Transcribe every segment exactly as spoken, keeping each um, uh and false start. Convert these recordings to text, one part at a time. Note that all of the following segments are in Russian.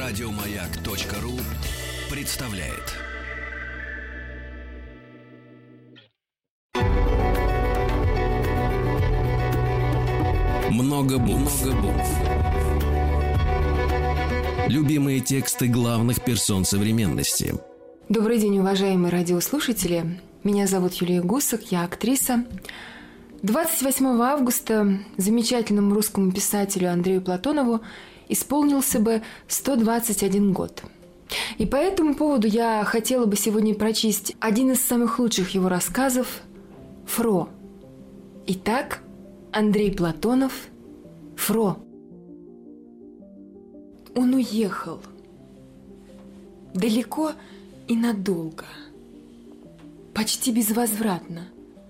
Радиомаяк.ру представляет. Много букв. Много букв. Любимые тексты главных персон современности. Добрый день, уважаемые радиослушатели. Меня зовут Юлия Гусак, я актриса. двадцать восьмого августа замечательному русскому писателю Андрею Платонову исполнился бы сто двадцать один год. И по этому поводу я хотела бы сегодня прочесть один из самых лучших его рассказов «Фро». Итак, Андрей Платонов «Фро». Он уехал далеко и надолго, почти безвозвратно.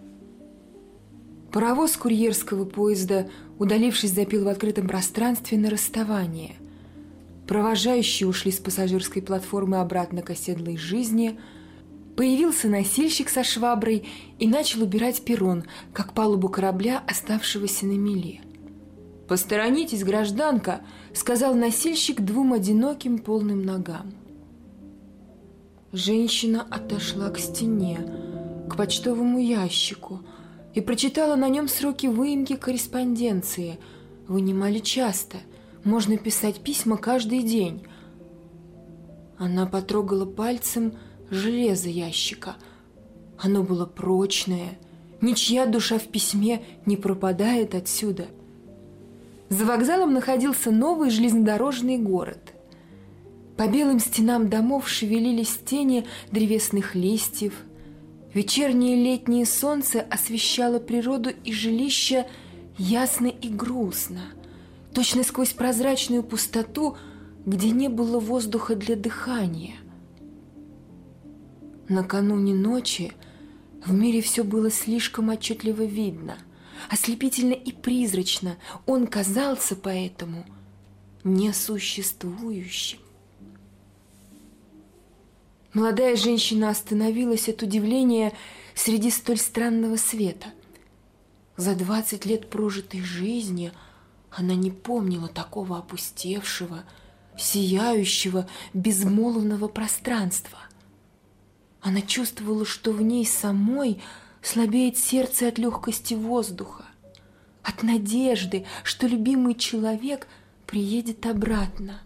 Паровоз курьерского поезда, удалившись, запил в открытом пространстве на расставание. Провожающие ушли с пассажирской платформы обратно к оседлой жизни. Появился носильщик со шваброй и начал убирать перрон, как палубу корабля, оставшегося на мели. «Посторонитесь, гражданка!» — сказал носильщик двум одиноким полным ногам. Женщина отошла к стене, к почтовому ящику, и прочитала на нем сроки выемки корреспонденции. Вынимали часто, можно писать письма каждый день. Она потрогала пальцем железо ящика. Оно было прочное, ничья душа в письме не пропадает отсюда. За вокзалом находился новый железнодорожный город. По белым стенам домов шевелились тени древесных листьев. Вечернее летнее солнце освещало природу и жилища ясно и грустно, точно сквозь прозрачную пустоту, где не было воздуха для дыхания. Накануне ночи в мире все было слишком отчетливо видно, ослепительно и призрачно. Он казался поэтому несуществующим. Молодая женщина остановилась от удивления среди столь странного света. За двадцать лет прожитой жизни она не помнила такого опустевшего, сияющего, безмолвного пространства. Она чувствовала, что в ней самой слабеет сердце от легкости воздуха, от надежды, что любимый человек приедет обратно.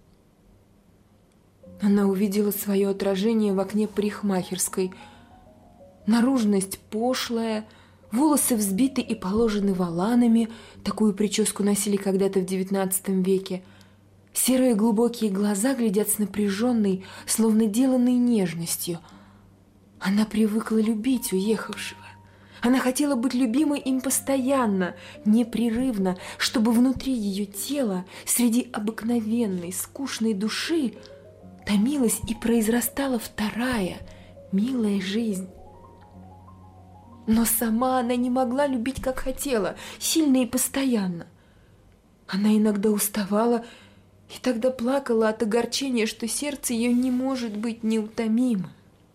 Она увидела свое отражение в окне парикмахерской. Наружность пошлая, волосы взбиты и положены воланами, такую прическу носили когда-то в девятнадцатом веке. Серые глубокие глаза глядят с напряженной, словно деланной нежностью. Она привыкла любить уехавшего. Она хотела быть любимой им постоянно, непрерывно, чтобы внутри ее тела, среди обыкновенной, скучной души, томилась и произрастала вторая, милая жизнь. Но сама она не могла любить, как хотела, сильно и постоянно. Она иногда уставала и тогда плакала от огорчения, что сердце ее не может быть неутомимо.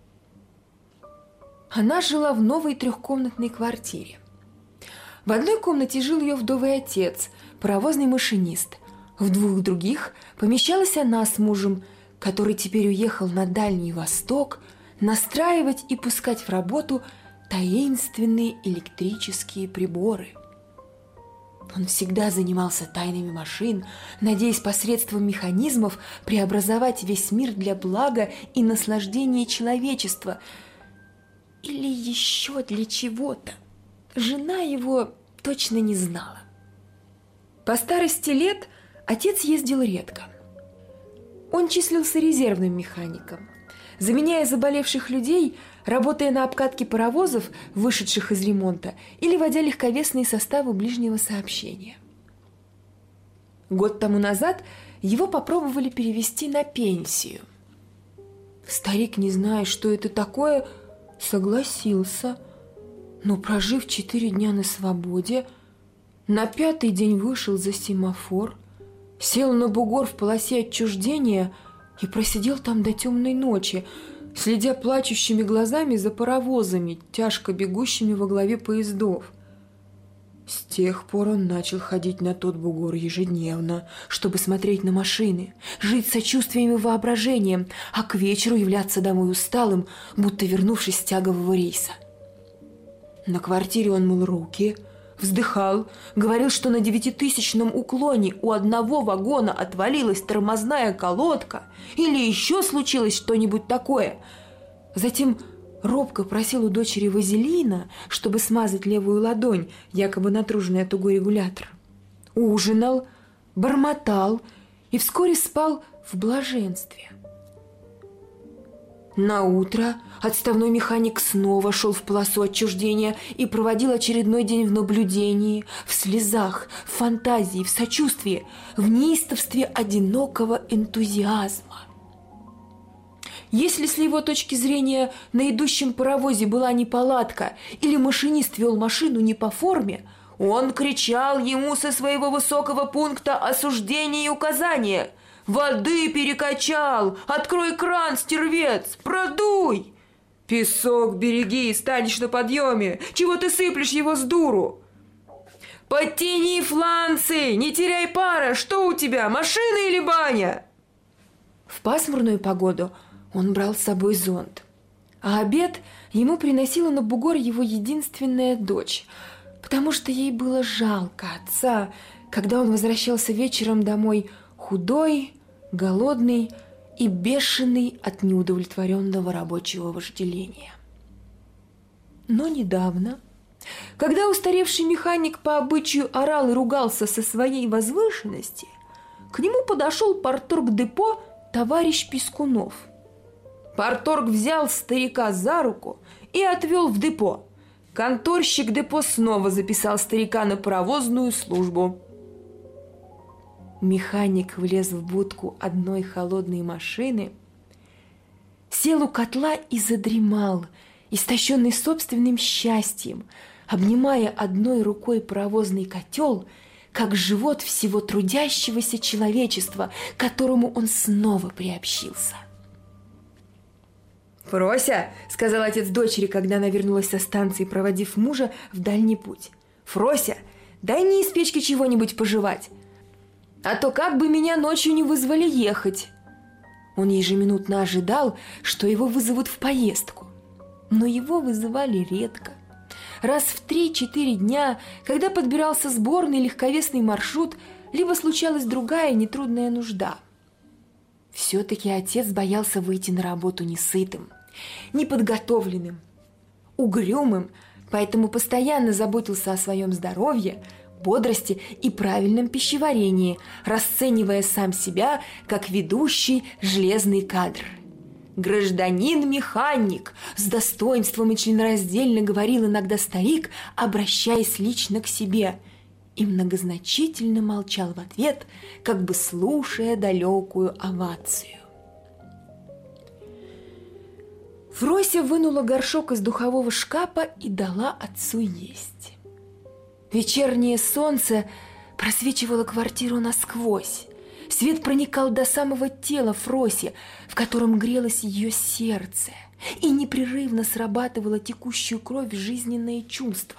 Она жила в новой трехкомнатной квартире. В одной комнате жил ее вдовый отец, паровозный машинист. В двух других помещалась она с мужем, который теперь уехал на Дальний Восток настраивать и пускать в работу таинственные электрические приборы. Он всегда занимался тайнами машин, надеясь посредством механизмов преобразовать весь мир для блага и наслаждения человечества. Или еще для чего-то. Жена его точно не знала. По старости лет отец ездил редко. Он числился резервным механиком, заменяя заболевших людей, работая на обкатке паровозов, вышедших из ремонта, или водя легковесные составы ближнего сообщения. Год тому назад его попробовали перевести на пенсию. Старик, не зная, что это такое, согласился, но, прожив четыре дня на свободе, на пятый день вышел за семафор, сел на бугор в полосе отчуждения и просидел там до темной ночи, следя плачущими глазами за паровозами, тяжко бегущими во главе поездов. С тех пор он начал ходить на тот бугор ежедневно, чтобы смотреть на машины, жить сочувствием и воображением, а к вечеру являться домой усталым, будто вернувшись с тягового рейса. На квартире он мыл руки, вздыхал, говорил, что на девятитысячном уклоне у одного вагона отвалилась тормозная колодка или еще случилось что-нибудь такое. Затем робко просил у дочери вазелина, чтобы смазать левую ладонь, якобы натруженный тугой регулятор. Ужинал, бормотал и вскоре спал в блаженстве. Наутро отставной механик снова шел в полосу отчуждения и проводил очередной день в наблюдении, в слезах, в фантазии, в сочувствии, в неистовстве одинокого энтузиазма. Если с его точки зрения на идущем паровозе была неполадка или машинист вел машину не по форме, он кричал ему со своего высокого пункта осуждения и указания: «Воды перекачал! Открой кран, стервец! Продуй! Песок береги, станешь на подъеме! Чего ты сыплешь его с дуру? Подтяни фланцы! Не теряй пара! Что у тебя, машина или баня?» В пасмурную погоду он брал с собой зонт, а обед ему приносила на бугор его единственная дочь, потому что ей было жалко отца, когда он возвращался вечером домой худой, голодный и бешеный от неудовлетворенного рабочего вожделения. Но недавно, когда устаревший механик по обычаю орал и ругался со своей возвышенности, к нему подошел парторг депо товарищ Пискунов. Парторг взял старика за руку и отвел в депо. Конторщик депо снова записал старика на паровозную службу. Механик влез в будку одной холодной машины, сел у котла и задремал, истощенный собственным счастьем, обнимая одной рукой паровозный котел, как живот всего трудящегося человечества, к которому он снова приобщился. «Фрося», — сказал отец дочери, когда она вернулась со станции, проводив мужа в дальний путь, «Фрося, дай мне из печки чего-нибудь пожевать, а то как бы меня ночью не вызвали ехать». Он ежеминутно ожидал, что его вызовут в поездку, но его вызывали редко. Раз в три-четыре дня, когда подбирался сборный легковесный маршрут, либо случалась другая нетрудная нужда. Все-таки отец боялся выйти на работу несытым, неподготовленным, угрюмым, поэтому постоянно заботился о своем здоровье, бодрости и правильном пищеварении, расценивая сам себя как ведущий железный кадр. «Гражданин-механик», с достоинством и членораздельно говорил иногда старик, обращаясь лично к себе, и многозначительно молчал в ответ, как бы слушая далекую овацию. Фрося вынула горшок из духового шкафа и дала отцу есть. Вечернее солнце просвечивало квартиру насквозь. Свет проникал до самого тела Фроси, в котором грелось ее сердце, и непрерывно срабатывало текущую кровь жизненное чувство.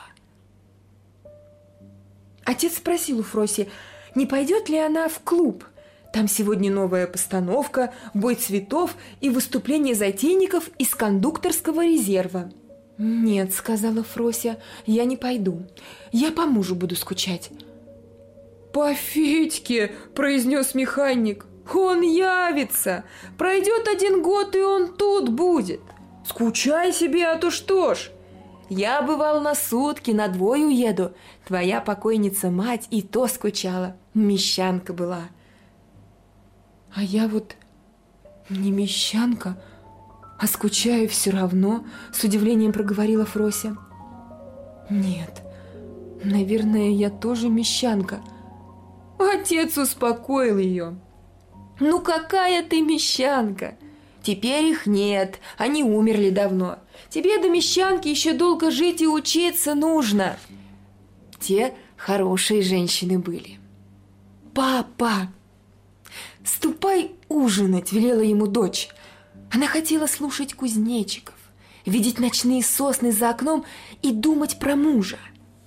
Отец спросил у Фроси, не пойдет ли она в клуб. Там сегодня новая постановка, бой цветов и выступление затейников из кондукторского резерва. «Нет», — сказала Фрося, — «я не пойду. Я по мужу буду скучать». «По Федьке», — произнес механик, — «он явится. Пройдет один год, и он тут будет. Скучай себе, а то что ж. Я бывал на сутки, на двое уеду. Твоя покойница мать и то скучала. Мещанка была». «А я вот не мещанка, а скучаю все равно», — с удивлением проговорила Фрося. «Нет, наверное, я тоже мещанка». Отец успокоил ее. «Ну какая ты мещанка? Теперь их нет, они умерли давно. Тебе до мещанки еще долго жить и учиться нужно». Те хорошие женщины были. «Папа, ступай ужинать», — велела ему дочь. Она хотела слушать кузнечиков, видеть ночные сосны за окном и думать про мужа.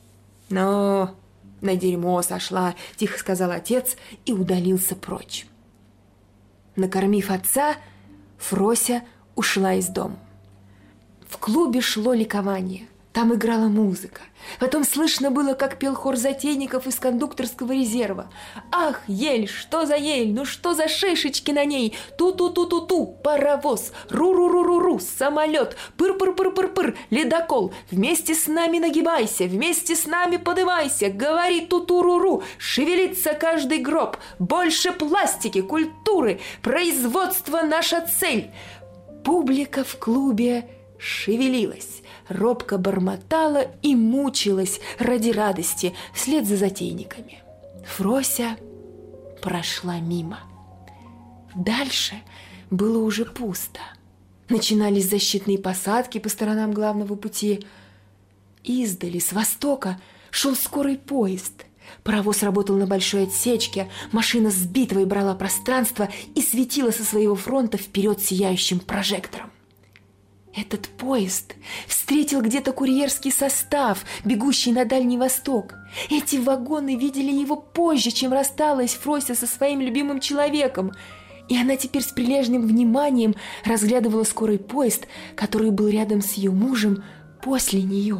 Но на дерьмо сошла, тихо сказал отец и удалился прочь. Накормив отца, Фрося ушла из дома. В клубе шло ликование. Там играла музыка. Потом слышно было, как пел хор затейников из кондукторского резерва. «Ах, ель, что за ель, ну что за шишечки на ней? Ту-ту-ту-ту-ту, паровоз, ру-ру-ру-ру-ру, самолет, пыр-пыр-пыр-пыр-пыр, ледокол. Вместе с нами нагибайся, вместе с нами подымайся, говори ту-ту-ру-ру, шевелится каждый гроб, больше пластики, культуры, производство наша цель». Публика в клубе шевелилась, робко бормотала и мучилась ради радости вслед за затейниками. Фрося прошла мимо. Дальше было уже пусто. Начинались защитные посадки по сторонам главного пути. Издали, с востока, шел скорый поезд. Паровоз работал на большой отсечке, машина с битвой брала пространство и светила со своего фронта вперед сияющим прожектором. Этот поезд встретил где-то курьерский состав, бегущий на Дальний Восток. Эти вагоны видели его позже, чем рассталась Фрося со своим любимым человеком. И она теперь с прилежным вниманием разглядывала скорый поезд, который был рядом с ее мужем после нее.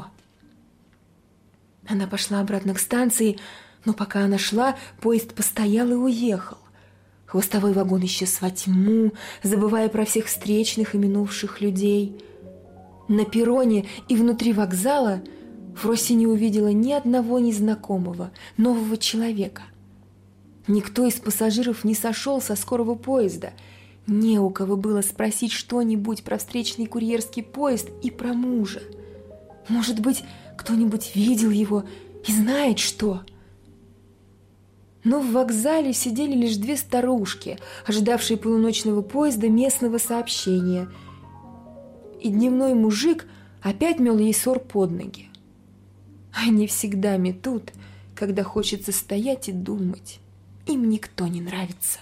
Она пошла обратно к станции, но пока она шла, поезд постоял и уехал. Хвостовой вагон исчез во тьму, забывая про всех встречных и минувших людей. На перроне и внутри вокзала Фрося не увидела ни одного незнакомого, нового человека. Никто из пассажиров не сошел со скорого поезда. Не у кого было спросить что-нибудь про встречный курьерский поезд и про мужа. Может быть, кто-нибудь видел его и знает что. Но в вокзале сидели лишь две старушки, ожидавшие полуночного поезда местного сообщения. И дневной мужик опять мел ей сор под ноги. Они всегда метут, когда хочется стоять и думать. Им никто не нравится.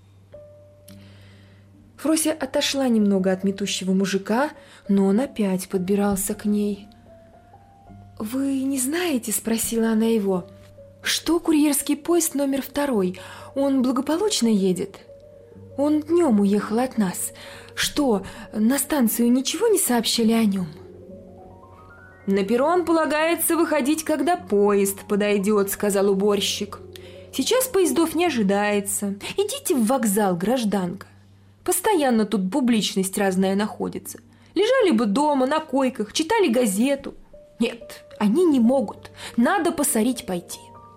Фрося отошла немного от метущего мужика, но он опять подбирался к ней. «Вы не знаете?» – спросила она его. «Что курьерский поезд номер второй? Он благополучно едет? Он днем уехал от нас. Что, на станцию ничего не сообщили о нем?» «На перрон полагается выходить, когда поезд подойдет», — сказал уборщик. «Сейчас поездов не ожидается. Идите в вокзал, гражданка. Постоянно тут публичность разная находится. Лежали бы дома на койках, читали газету. Нет, они не могут. Надо посорить пойти».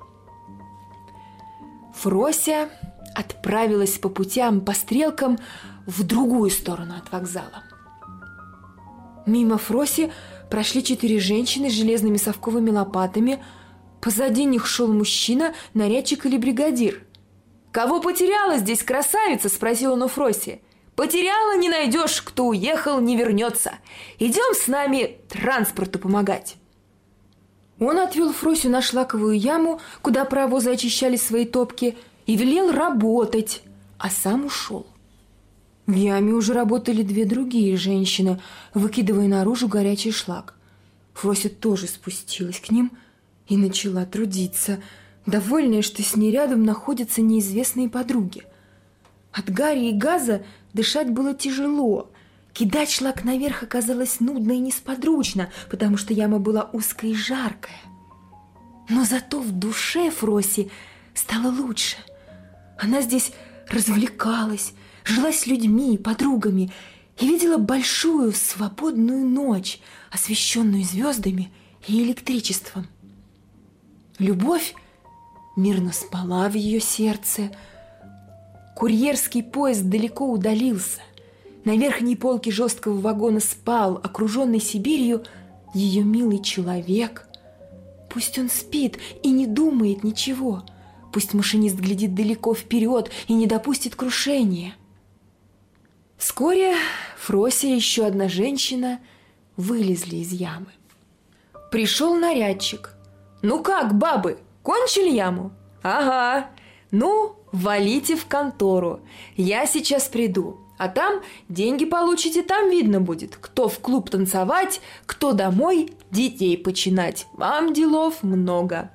Фрося отправилась по путям, по стрелкам в другую сторону от вокзала. Мимо Фроси прошли четыре женщины с железными совковыми лопатами. Позади них шел мужчина, нарядчик или бригадир. «Кого потеряла здесь красавица?» – спросил он у Фроси. «Потеряла, не найдешь, кто уехал, не вернется. Идем с нами транспорту помогать». Он отвел Фросю на шлаковую яму, куда паровозы очищали свои топки, и велел работать, а сам ушел. В яме уже работали две другие женщины, выкидывая наружу горячий шлак. Фрося тоже спустилась к ним и начала трудиться, довольная, что с ней рядом находятся неизвестные подруги. От гари и газа дышать было тяжело. Кидать шлак наверх оказалось нудно и несподручно, потому что яма была узкая и жаркая. Но зато в душе Фроси стало лучше. Она здесь развлекалась, жила с людьми и подругами и видела большую свободную ночь, освещенную звездами и электричеством. Любовь мирно спала в ее сердце. Курьерский поезд далеко удалился. На верхней полке жесткого вагона спал, окруженный Сибирью, ее милый человек. Пусть он спит и не думает ничего. Пусть машинист глядит далеко вперед и не допустит крушения. Вскоре Фрося и еще одна женщина вылезли из ямы. Пришел нарядчик. «Ну как, бабы, кончили яму?» «Ага. Ну, валите в контору. Я сейчас приду. А там деньги получите, там видно будет, кто в клуб танцевать, кто домой детей починать. Вам делов много».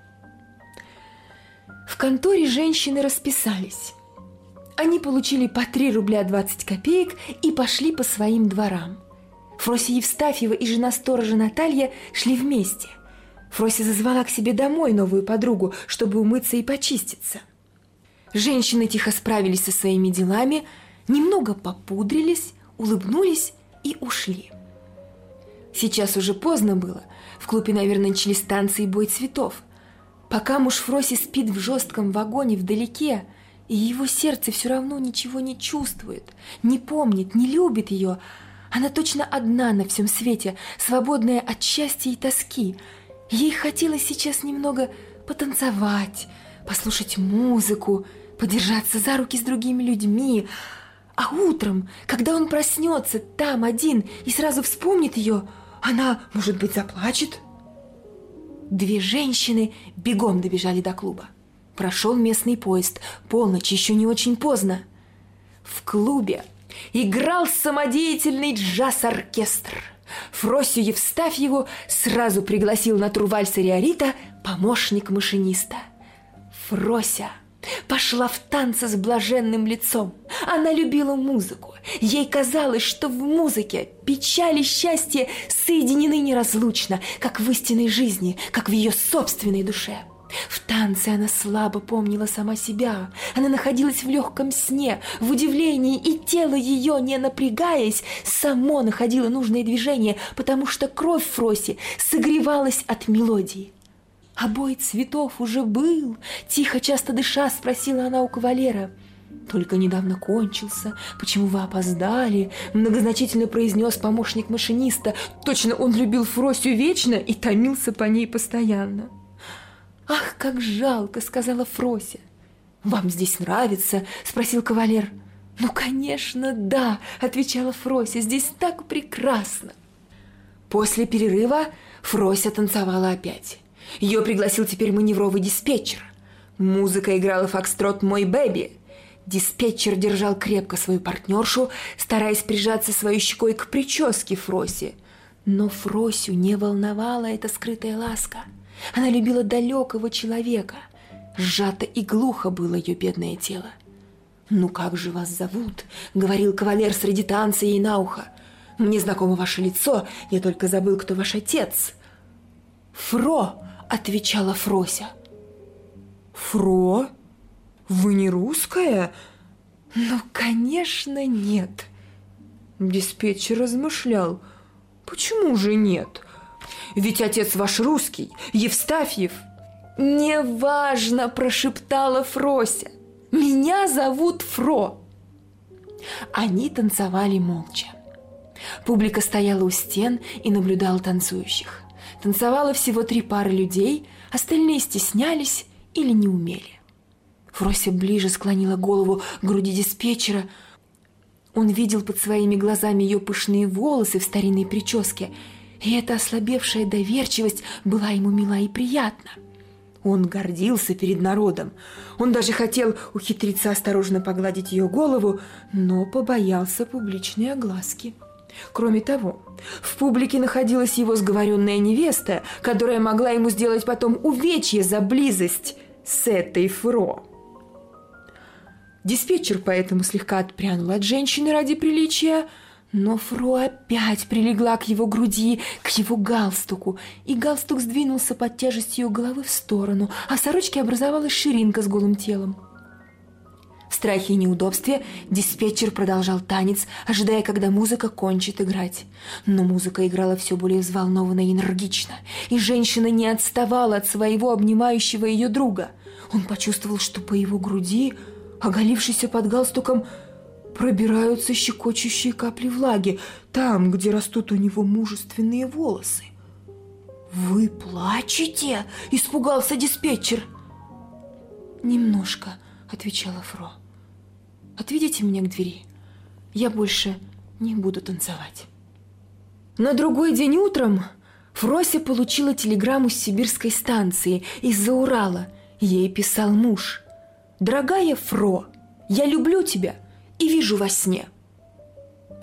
В конторе женщины расписались. Они получили по три рубля двадцать копеек и пошли по своим дворам. Фрося Евстафьева и жена сторожа Наталья шли вместе. Фрося зазвала к себе домой новую подругу, чтобы умыться и почиститься. Женщины тихо справились со своими делами, немного попудрились, улыбнулись и ушли. Сейчас уже поздно было. В клубе, наверное, начались танцы и бой цветов. Пока муж Фроси спит в жестком вагоне вдалеке, и его сердце все равно ничего не чувствует, не помнит, не любит ее, она точно одна на всем свете, свободная от счастья и тоски. Ей хотелось сейчас немного потанцевать, послушать музыку, подержаться за руки с другими людьми. А утром, когда он проснется там один и сразу вспомнит ее, она, может быть, заплачет. Две женщины бегом добежали до клуба. Прошел местный поезд. Полночь, еще не очень поздно. В клубе играл самодеятельный джаз-оркестр. Фросю Евстафьеву сразу пригласил на тур вальса Риорита помощник машиниста. Фрося пошла в танцы с блаженным лицом. Она любила музыку. Ей казалось, что в музыке печаль и счастье соединены неразлучно, как в истинной жизни, как в ее собственной душе. В танце она слабо помнила сама себя. Она находилась в легком сне, в удивлении, и тело ее, не напрягаясь, само находило нужное движение, потому что кровь Фроси согревалась от мелодии. «А бой цветов уже был?» – тихо, часто дыша, спросила она у кавалера. «Только недавно кончился. Почему вы опоздали?» – многозначительно произнес помощник машиниста. Точно он любил Фросю вечно и томился по ней постоянно. «Ах, как жалко!» – сказала Фрося. «Вам здесь нравится?» – спросил кавалер. «Ну, конечно, да!» – отвечала Фрося. «Здесь так прекрасно!» После перерыва Фрося танцевала опять. Ее пригласил теперь маневровый диспетчер. Музыка играла фокстрот «Мой бэби». Диспетчер держал крепко свою партнершу, стараясь прижаться своей щекой к прическе Фроси. Но Фросю не волновала эта скрытая ласка. Она любила далекого человека. Сжато и глухо было ее бедное тело. «Ну как же вас зовут?» — говорил кавалер среди танца ей на ухо. «Мне знакомо ваше лицо, я только забыл, кто ваш отец». «Фро!» — отвечала Фрося. «Фро? Вы не русская?» «Ну, конечно, нет». Диспетчер размышлял. «Почему же нет? Ведь отец ваш русский, Евстафьев». «Неважно», — прошептала Фрося. «Меня зовут Фро». Они танцевали молча. Публика стояла у стен и наблюдала танцующих. Танцевало всего три пары людей, остальные стеснялись или не умели. Фрося ближе склонила голову к груди диспетчера. Он видел под своими глазами ее пышные волосы в старинной прическе, и эта ослабевшая доверчивость была ему мила и приятна. Он гордился перед народом. Он даже хотел ухитриться осторожно погладить ее голову, но побоялся публичной огласки. Кроме того, в публике находилась его сговоренная невеста, которая могла ему сделать потом увечье за близость с этой Фро. Диспетчер поэтому слегка отпрянул от женщины ради приличия, но Фро опять прилегла к его груди, к его галстуку, и галстук сдвинулся под тяжестью ее головы в сторону, а сорочке образовалась ширинка с голым телом. В страхе и неудобстве диспетчер продолжал танец, ожидая, когда музыка кончит играть. Но музыка играла все более взволнованно и энергично, и женщина не отставала от своего обнимающего ее друга. Он почувствовал, что по его груди, оголившейся под галстуком, пробираются щекочущие капли влаги, там, где растут у него мужественные волосы. «Вы плачете?» – испугался диспетчер. «Немножко», – отвечала Фро. «Отведите меня к двери. Я больше не буду танцевать». На другой день утром Фрося получила телеграмму с сибирской станции из-за Урала. Ей писал муж: «Дорогая Фро, я люблю тебя и вижу во сне.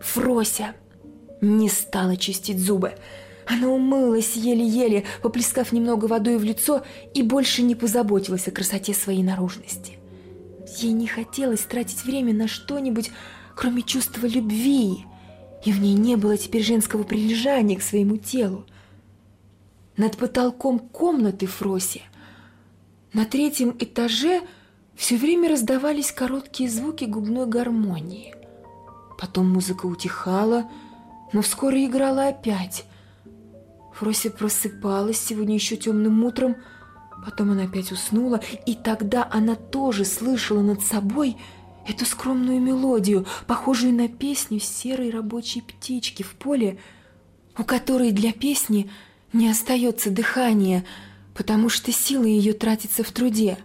Фрося не стала чистить зубы. Она умылась еле-еле, поплескав немного водой в лицо, и больше не позаботилась о красоте своей наружности. Ей не хотелось тратить время на что-нибудь, кроме чувства любви, и в ней не было теперь женского прилежания к своему телу. Над потолком комнаты Фроси на третьем этаже все время раздавались короткие звуки губной гармонии. Потом музыка утихала, но вскоре играла опять. Фрося просыпалась сегодня еще темным утром, потом она опять уснула, и тогда она тоже слышала над собой эту скромную мелодию, похожую на песню серой рабочей птички в поле, у которой для песни не остается дыхания, потому что сила ее тратится в труде.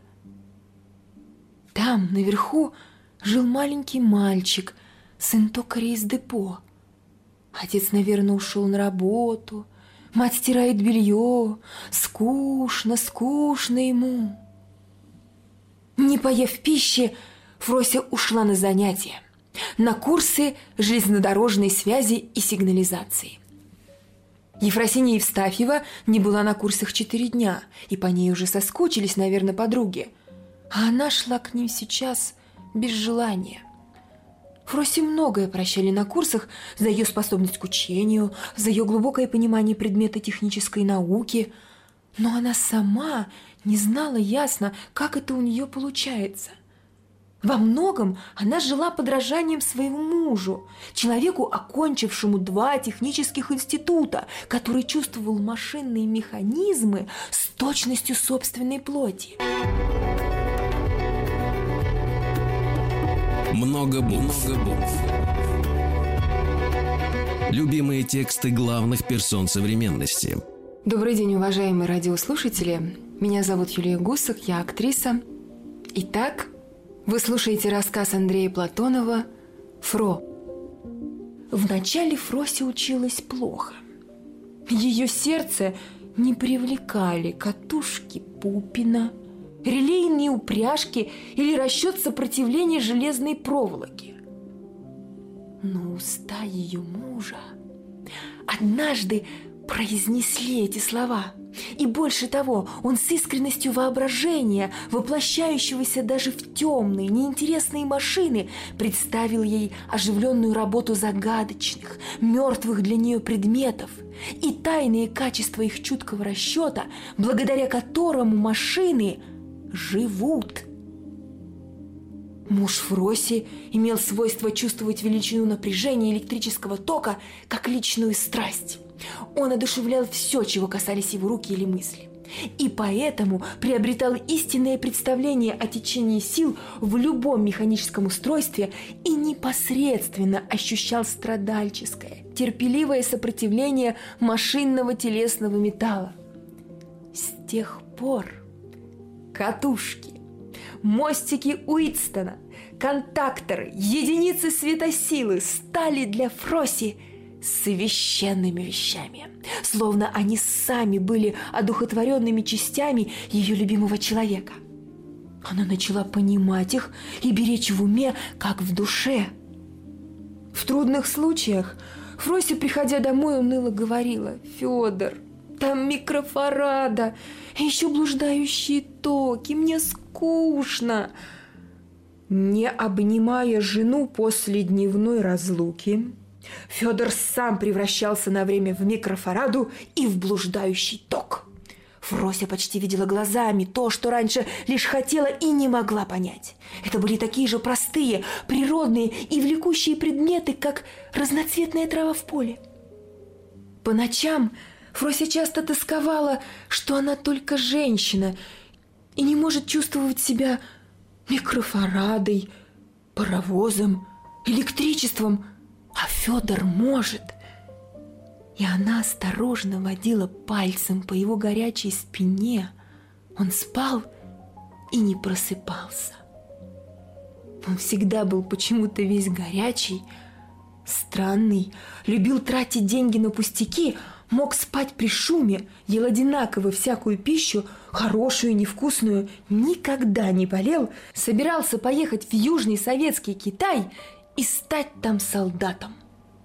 Там, наверху, жил маленький мальчик, сын токаря из депо. Отец, наверное, ушел на работу, мать стирает белье, скучно, скучно ему. Не поев пищи, Фрося ушла на занятия, на курсы железнодорожной связи и сигнализации. Ефросинья Евстафьева не была на курсах четыре дня, и по ней уже соскучились, наверное, подруги. А она шла к ним сейчас без желания. Фросе многое прощали на курсах за ее способность к учению, за ее глубокое понимание предмета технической науки, но она сама не знала ясно, как это у нее получается. Во многом она жила подражанием своему мужу, человеку, окончившему два технических института, который чувствовал машинные механизмы с точностью собственной плоти. Много букв. Много букв. Любимые тексты главных персон современности. Добрый день, уважаемые радиослушатели. Меня зовут Юлия Гусак, я актриса. Итак, вы слушаете рассказ Андрея Платонова «Фро». Вначале Фрося училась плохо. Ее сердце не привлекали катушки Пупина, релейные упряжки или расчет сопротивления железной проволоки. Но уста ее мужа однажды произнесли эти слова. И больше того, он с искренностью воображения, воплощающегося даже в темные, неинтересные машины, представил ей оживленную работу загадочных, мертвых для нее предметов и тайные качества их чуткого расчета, благодаря которому машины живут. Муж Фроси имел свойство чувствовать величину напряжения электрического тока как личную страсть. Он одушевлял все, чего касались его руки или мысли, и поэтому приобретал истинное представление о течении сил в любом механическом устройстве и непосредственно ощущал страдальческое, терпеливое сопротивление машинного телесного металла. С тех пор катушки, мостики Уитстона, контакторы, единицы светосилы стали для Фроси священными вещами, словно они сами были одухотворенными частями ее любимого человека. Она начала понимать их и беречь в уме, как в душе. В трудных случаях Фрося, приходя домой, уныло говорила: «Федор, там микрофарада, и еще блуждающие токи, мне скучно». Не обнимая жену после дневной разлуки, Федор сам превращался на время в микрофараду и в блуждающий ток. Фрося почти видела глазами то, что раньше лишь хотела и не могла понять. Это были такие же простые, природные и влекущие предметы, как разноцветная трава в поле. По ночам Фрося часто тосковала, что она только женщина и не может чувствовать себя микрофарадой, паровозом, электричеством, а Федор может. И она осторожно водила пальцем по его горячей спине. Он спал и не просыпался. Он всегда был почему-то весь горячий, странный, любил тратить деньги на пустяки, мог спать при шуме, ел одинаково всякую пищу, хорошую и невкусную, никогда не болел, собирался поехать в Южный Советский Китай и стать там солдатом.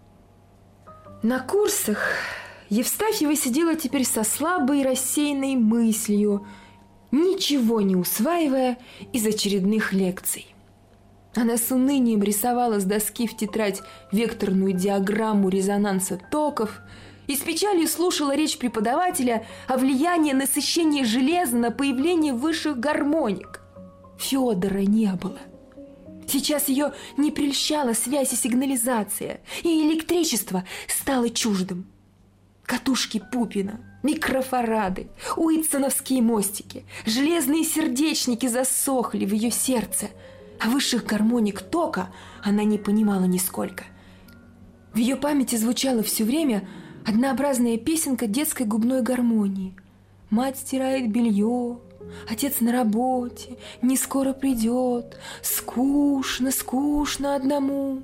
На курсах Евстафьева сидела теперь со слабой рассеянной мыслью, ничего не усваивая из очередных лекций. Она с унынием рисовала с доски в тетрадь векторную диаграмму резонанса токов и с печалью слушала речь преподавателя о влиянии насыщения железа на появление высших гармоник. Федора не было. Сейчас ее не прельщала связь и сигнализация, и электричество стало чуждым. Катушки Пупина, микрофарады, уитсоновские мостики, железные сердечники засохли в ее сердце, а высших гармоник тока она не понимала нисколько. В ее памяти звучала все время однообразная песенка детской губной гармонии. Мать стирает белье, отец на работе, не скоро придет, скучно, скучно одному.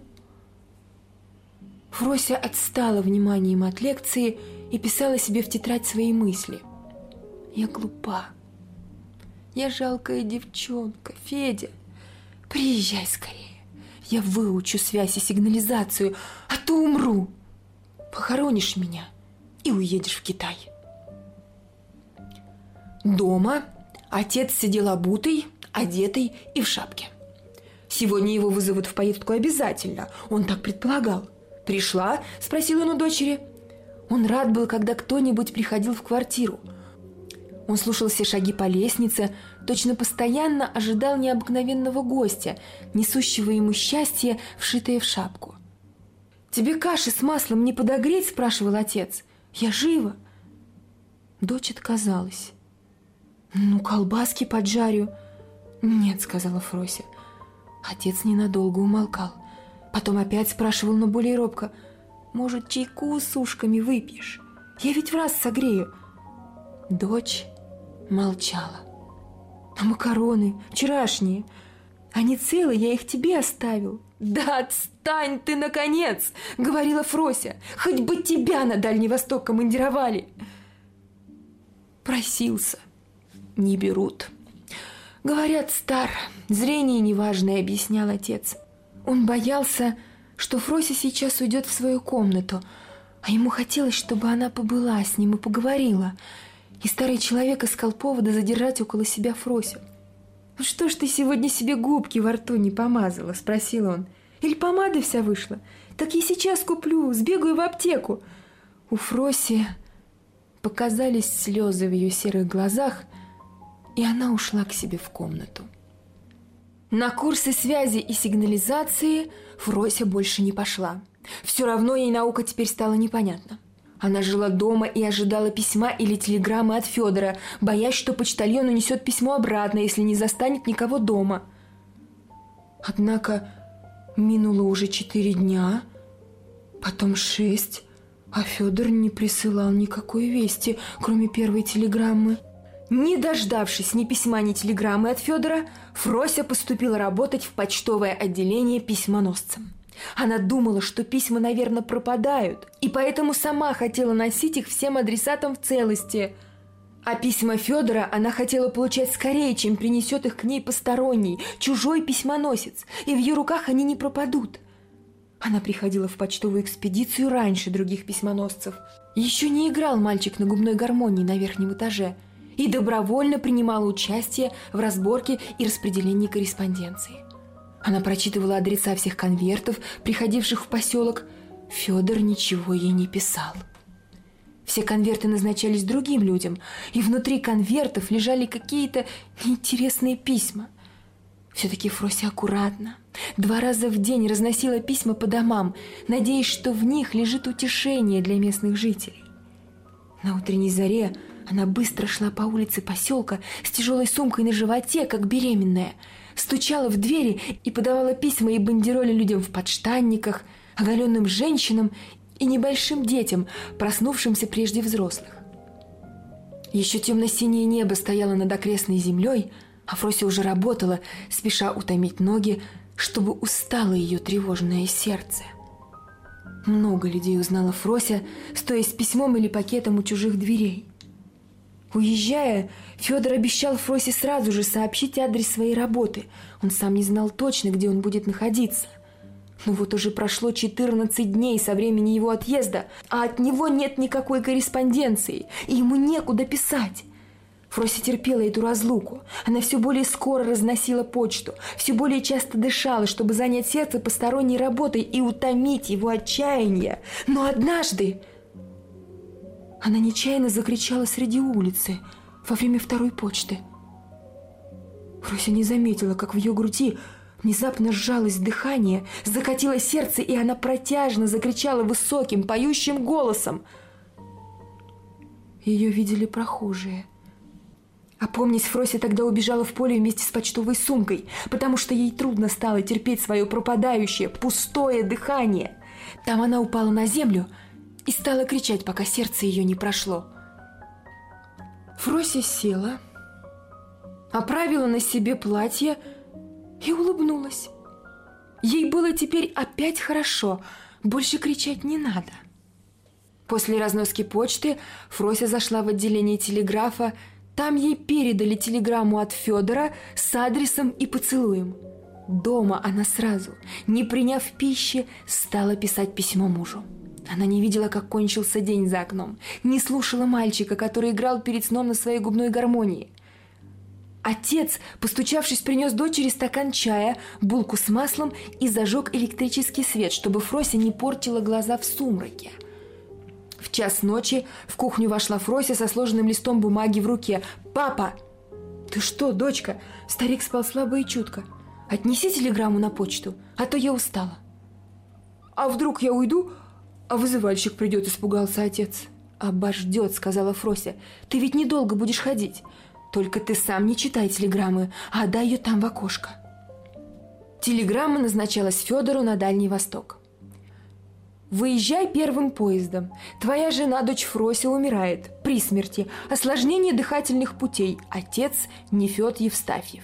Фрося отстала вниманием от лекции и писала себе в тетрадь свои мысли. Я глупа. Я жалкая девчонка. Федя, приезжай скорее. Я выучу связь и сигнализацию, а то умру. Похоронишь меня и уедешь в Китай. Дома отец сидел обутый, одетый и в шапке. Сегодня его вызовут в поездку обязательно, он так предполагал. «Пришла?» – спросил он у дочери. Он рад был, когда кто-нибудь приходил в квартиру. Он слушал все шаги по лестнице, точно постоянно ожидал необыкновенного гостя, несущего ему счастье, вшитое в шапку. «Тебе каши с маслом не подогреть?» – спрашивал отец. «Я жива». Дочь отказалась. «Ну, колбаски поджарю». «Нет», – сказала Фрося. Отец ненадолго умолкал. Потом опять спрашивал, но более робко. «Может, чайку с ушками выпьешь? Я ведь в раз согрею». Дочь молчала. «А макароны вчерашние? Они целы, я их тебе оставил». «Да отстань ты, наконец!» — говорила Фрося. «Хоть бы тебя на Дальний Восток командировали». Просился. Не берут. «Говорят, стар, зрение неважное», — объяснял отец. Он боялся, что Фрося сейчас уйдет в свою комнату, а ему хотелось, чтобы она побыла с ним и поговорила. И старый человек искал повода задержать около себя Фросю. «Ну что ж ты сегодня себе губки во рту не помазала?» – спросил он. «Или помада вся вышла? Так я сейчас куплю, сбегаю в аптеку». У Фроси показались слезы в ее серых глазах, и она ушла к себе в комнату. На курсы связи и сигнализации Фрося больше не пошла. Все равно ей наука теперь стала непонятна. Она жила дома и ожидала письма или телеграммы от Федора, боясь, что почтальон унесет письмо обратно, если не застанет никого дома. Однако минуло уже четыре дня, потом шесть, а Федор не присылал никакой вести, кроме первой телеграммы. Не дождавшись ни письма, ни телеграммы от Федора, Фрося поступила работать в почтовое отделение письмоносцем. Она думала, что письма, наверное, пропадают, и поэтому сама хотела носить их всем адресатам в целости. А письма Федора она хотела получать скорее, чем принесет их к ней посторонний, чужой письмоносец, и в ее руках они не пропадут. Она приходила в почтовую экспедицию раньше других письмоносцев. Еще не играл мальчик на губной гармонии на верхнем этаже и добровольно принимала участие в разборке и распределении корреспонденции. Она прочитывала адреса всех конвертов, приходивших в поселок. Федор ничего ей не писал. Все конверты назначались другим людям, и внутри конвертов лежали какие-то неинтересные письма. Все-таки Фрося аккуратно, два раза в день разносила письма по домам, надеясь, что в них лежит утешение для местных жителей. На утренней заре она быстро шла по улице поселка с тяжелой сумкой на животе, как беременная, стучала в двери и подавала письма и бандероли людям в подштанниках, оголенным женщинам и небольшим детям, проснувшимся прежде взрослых. Еще темно-синее небо стояло над окрестной землей, а Фрося уже работала, спеша утомить ноги, чтобы устало ее тревожное сердце. Много людей узнала Фрося, стоя с письмом или пакетом у чужих дверей. Уезжая, Федор обещал Фросе сразу же сообщить адрес своей работы. Он сам не знал точно, где он будет находиться. Но вот уже прошло четырнадцать дней со времени его отъезда, а от него нет никакой корреспонденции, и ему некуда писать. Фрося терпела эту разлуку. Она все более скоро разносила почту, все более часто дышала, чтобы занять сердце посторонней работой и утомить его отчаяние. Но однажды она нечаянно закричала среди улицы во время второй почты. Фрося не заметила, как в ее груди внезапно сжалось дыхание, закатилось сердце, и она протяжно закричала высоким, поющим голосом. Ее видели прохожие. Опомнись, Фрося тогда убежала в поле вместе с почтовой сумкой, потому что ей трудно стало терпеть свое пропадающее, пустое дыхание. Там она упала на землю и стала кричать, пока сердце ее не прошло. Фрося села, оправила на себе платье и улыбнулась. Ей было теперь опять хорошо, больше кричать не надо. После разноски почты Фрося зашла в отделение телеграфа. Там ей передали телеграмму от Федора с адресом и поцелуем. Дома она сразу, не приняв пищи, стала писать письмо мужу. Она не видела, как кончился день за окном, не слушала мальчика, который играл перед сном на своей губной гармонии. Отец, постучавшись, принес дочери стакан чая, булку с маслом и зажег электрический свет, чтобы Фрося не портила глаза в сумраке. В час ночи в кухню вошла Фрося со сложенным листом бумаги в руке. «Папа!» «Ты что, дочка?» Старик спал слабо и чутко. «Отнеси телеграмму на почту, а то я устала». «А вдруг я уйду, а вызывальщик придет?» – испугался отец. «Обождет», – сказала Фрося. «Ты ведь недолго будешь ходить. Только ты сам не читай телеграммы, а отдай ее там в окошко». Телеграмма назначалась Федору на Дальний Восток. «Выезжай первым поездом. Твоя жена, дочь Фрося, умирает при смерти. Осложнение дыхательных путей. Отец Нефед Евстафьев».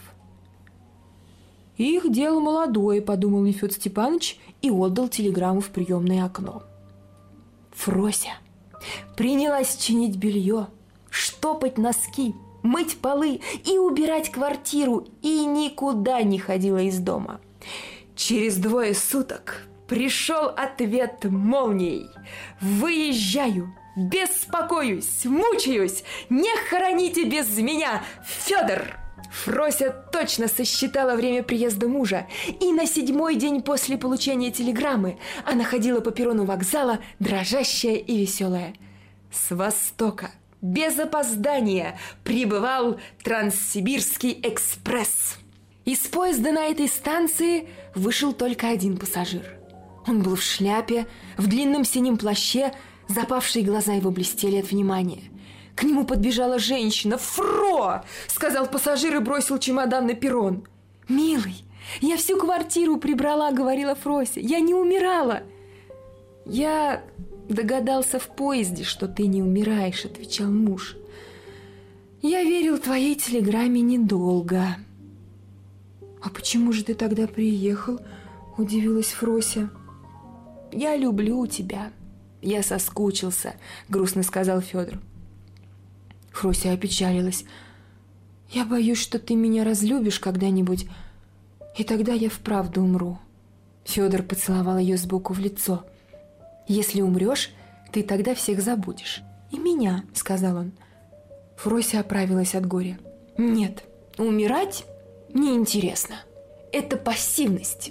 «Их дело молодое», – подумал Нефед Степанович и отдал телеграмму в приемное окно. Фрося принялась чинить белье, штопать носки, мыть полы и убирать квартиру, и никуда не ходила из дома. Через двое суток пришел ответ молнией. «Выезжаю, беспокоюсь, мучаюсь, не хороните без меня, Федор!» Фрося точно сосчитала время приезда мужа, и на седьмой день после получения телеграммы она ходила по перрону вокзала, дрожащая и веселая. С востока, без опоздания, прибывал Транссибирский экспресс. Из поезда на этой станции вышел только один пассажир. Он был в шляпе, в длинном синем плаще, запавшие глаза его блестели от внимания. К нему подбежала женщина. «Фро!» – сказал пассажир и бросил чемодан на перрон. «Милый, я всю квартиру прибрала», – говорила Фрося. «Я не умирала». «Я догадался в поезде, что ты не умираешь», – отвечал муж. «Я верил твоей телеграмме недолго». «А почему же ты тогда приехал?» – удивилась Фрося. «Я люблю тебя. Я соскучился», – грустно сказал Федор. Фрося опечалилась. «Я боюсь, что ты меня разлюбишь когда-нибудь, и тогда я вправду умру». Федор поцеловал ее сбоку в лицо. «Если умрешь, ты тогда всех забудешь. И меня», – сказал он. Фрося оправилась от горя. «Нет, умирать неинтересно. Это пассивность».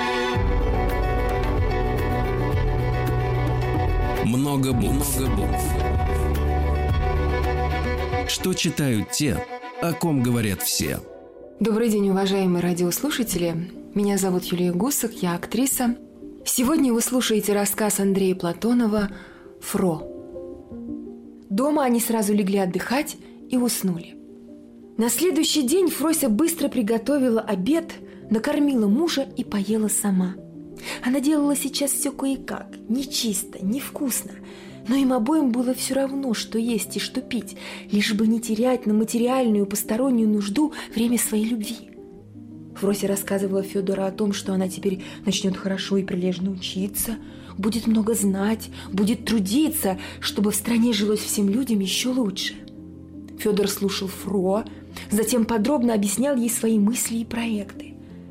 Много букв. Много букв. Что читают те, о ком говорят все. Добрый день, уважаемые радиослушатели. Меня зовут Юлия Гусак, я актриса. Сегодня вы слушаете рассказ Андрея Платонова «Фро». Дома они сразу легли отдыхать и уснули. На следующий день Фрося быстро приготовила обед, накормила мужа и поела сама. Она делала сейчас все кое-как, нечисто, невкусно, но им обоим было все равно, что есть и что пить, лишь бы не терять на материальную постороннюю нужду время своей любви. Фрося рассказывала Федору о том, что она теперь начнет хорошо и прилежно учиться, будет много знать, будет трудиться, чтобы в стране жилось всем людям еще лучше. Федор слушал Фро, затем подробно объяснял ей свои мысли и проекты.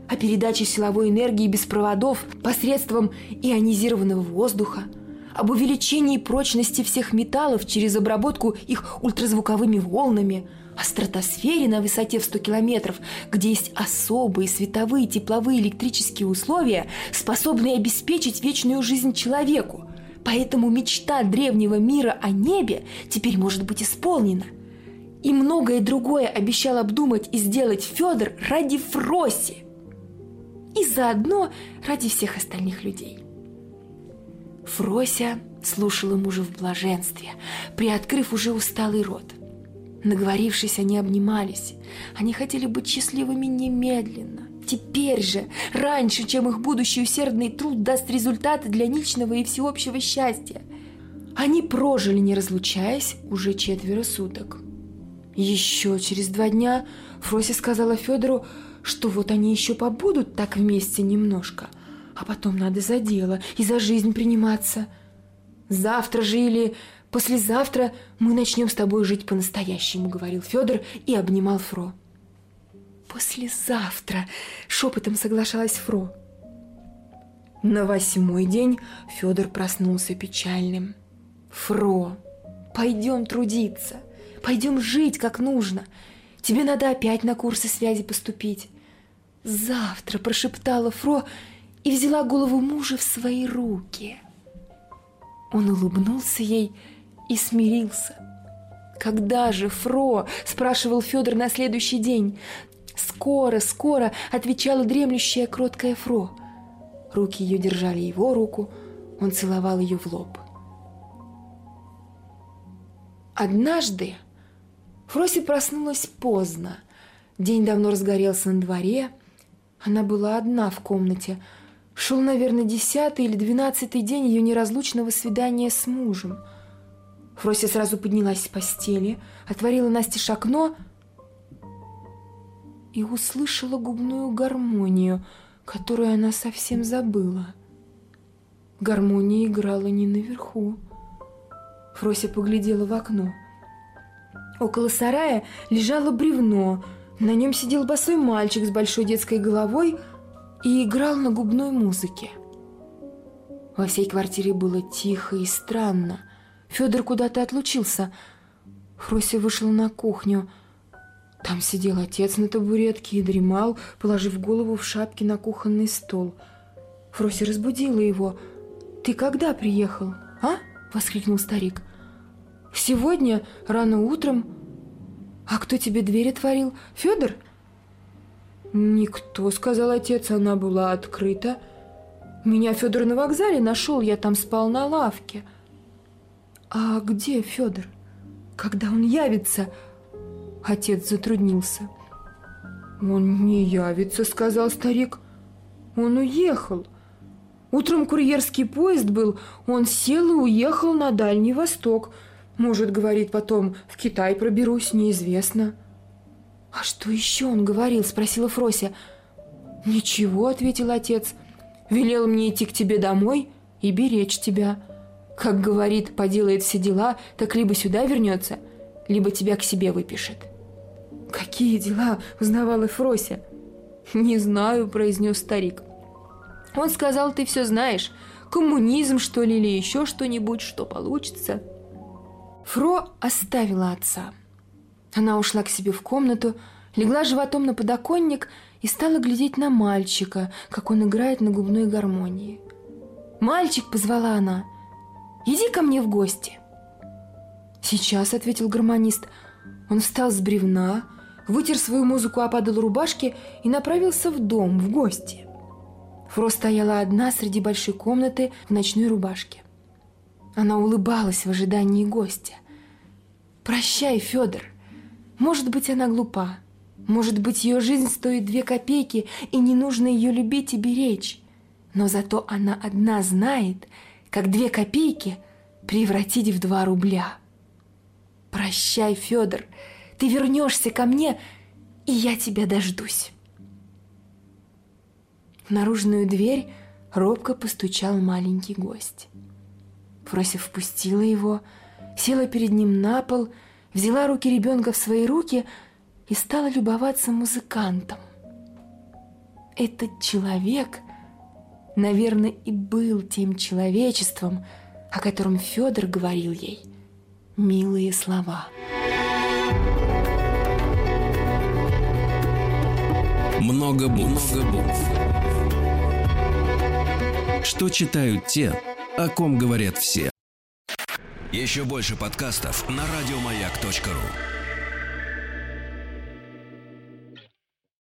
о передаче силовой энергии без проводов посредством ионизированного воздуха, об увеличении прочности всех металлов через обработку их ультразвуковыми волнами, о стратосфере на высоте в сто километров, где есть особые световые, тепловые, электрические условия, способные обеспечить вечную жизнь человеку. Поэтому мечта древнего мира о небе теперь может быть исполнена. И многое другое обещал обдумать и сделать Федор ради Фроси. И заодно ради всех остальных людей. Фрося слушала мужа в блаженстве, приоткрыв уже усталый рот. Наговорившись, они обнимались. Они хотели быть счастливыми немедленно. Теперь же, раньше, чем их будущий усердный труд даст результаты для личного и всеобщего счастья. Они прожили, не разлучаясь, уже четверо суток. Еще через два дня Фрося сказала Федору, что вот они еще побудут так вместе немножко, а потом надо за дело и за жизнь приниматься. Завтра же или послезавтра мы начнем с тобой жить по-настоящему, говорил Федор и обнимал Фро. Послезавтра, шепотом соглашалась Фро. На восьмой день Федор проснулся печальным. Фро, пойдем трудиться, пойдем жить как нужно. Тебе надо опять на курсы связи поступить. Завтра, прошептала Фро и взяла голову мужа в свои руки. Он улыбнулся ей и смирился. «Когда же, Фро?» – спрашивал Федор на следующий день. «Скоро, скоро!» – отвечала дремлющая кроткая Фро. Руки ее держали его руку, он целовал ее в лоб. Однажды Фрося проснулась поздно. День давно разгорелся на дворе. Она была одна в комнате. Шел, наверное, десятый или двенадцатый день ее неразлучного свидания с мужем. Фрося сразу поднялась с постели, отворила настежь окно и услышала губную гармонию, которую она совсем забыла. Гармония играла не наверху. Фрося поглядела в окно. Около сарая лежало бревно. На нем сидел босой мальчик с большой детской головой и играл на губной музыке. Во всей квартире было тихо и странно. Федор куда-то отлучился. Фрося вышла на кухню. Там сидел отец на табуретке и дремал, положив голову в шапке на кухонный стол. Фрося разбудила его. «Ты когда приехал, а?» — воскликнул старик. «Сегодня, рано утром. А кто тебе дверь отворил? Федор?» «Никто», — сказал отец, — «она была открыта. Меня Федор на вокзале нашел, я там спал на лавке». «А где Федор? Когда он явится?» Отец затруднился. «Он не явится», — сказал старик. «Он уехал. Утром курьерский поезд был, он сел и уехал на Дальний Восток. Может, говорит, потом в Китай проберусь, неизвестно». «А что еще он говорил?» — спросила Фрося. «Ничего», — ответил отец. «Велел мне идти к тебе домой и беречь тебя. Как говорит, поделает все дела, так либо сюда вернется, либо тебя к себе выпишет». «Какие дела?» — узнавала Фрося. «Не знаю», — произнес старик. «Он сказал, ты все знаешь. Коммунизм, что ли, или еще что-нибудь, что получится». Фро оставила отца. Она ушла к себе в комнату, легла животом на подоконник и стала глядеть на мальчика, как он играет на губной гармонии. «Мальчик», — позвала она, — «иди ко мне в гости». «Сейчас», — ответил гармонист. Он встал с бревна, вытер свою музыку о подол рубашки и направился в дом, в гости. Фро стояла одна среди большой комнаты в ночной рубашке. Она улыбалась в ожидании гостя. «Прощай, Федор. Может быть, она глупа. Может быть, ее жизнь стоит две копейки, и не нужно ее любить и беречь. Но зато она одна знает, как две копейки превратить в два рубля. Прощай, Федор. Ты вернешься ко мне, и я тебя дождусь». В наружную дверь робко постучал маленький гость. Фрося впустила его, села перед ним на пол, взяла руки ребенка в свои руки и стала любоваться музыкантом. этот человек, наверное, и был тем человечеством, о котором Федор говорил ей милые слова. Много букв. Много букв. Что читают те, о ком говорят все. Еще больше подкастов на радиомаяк точка ру.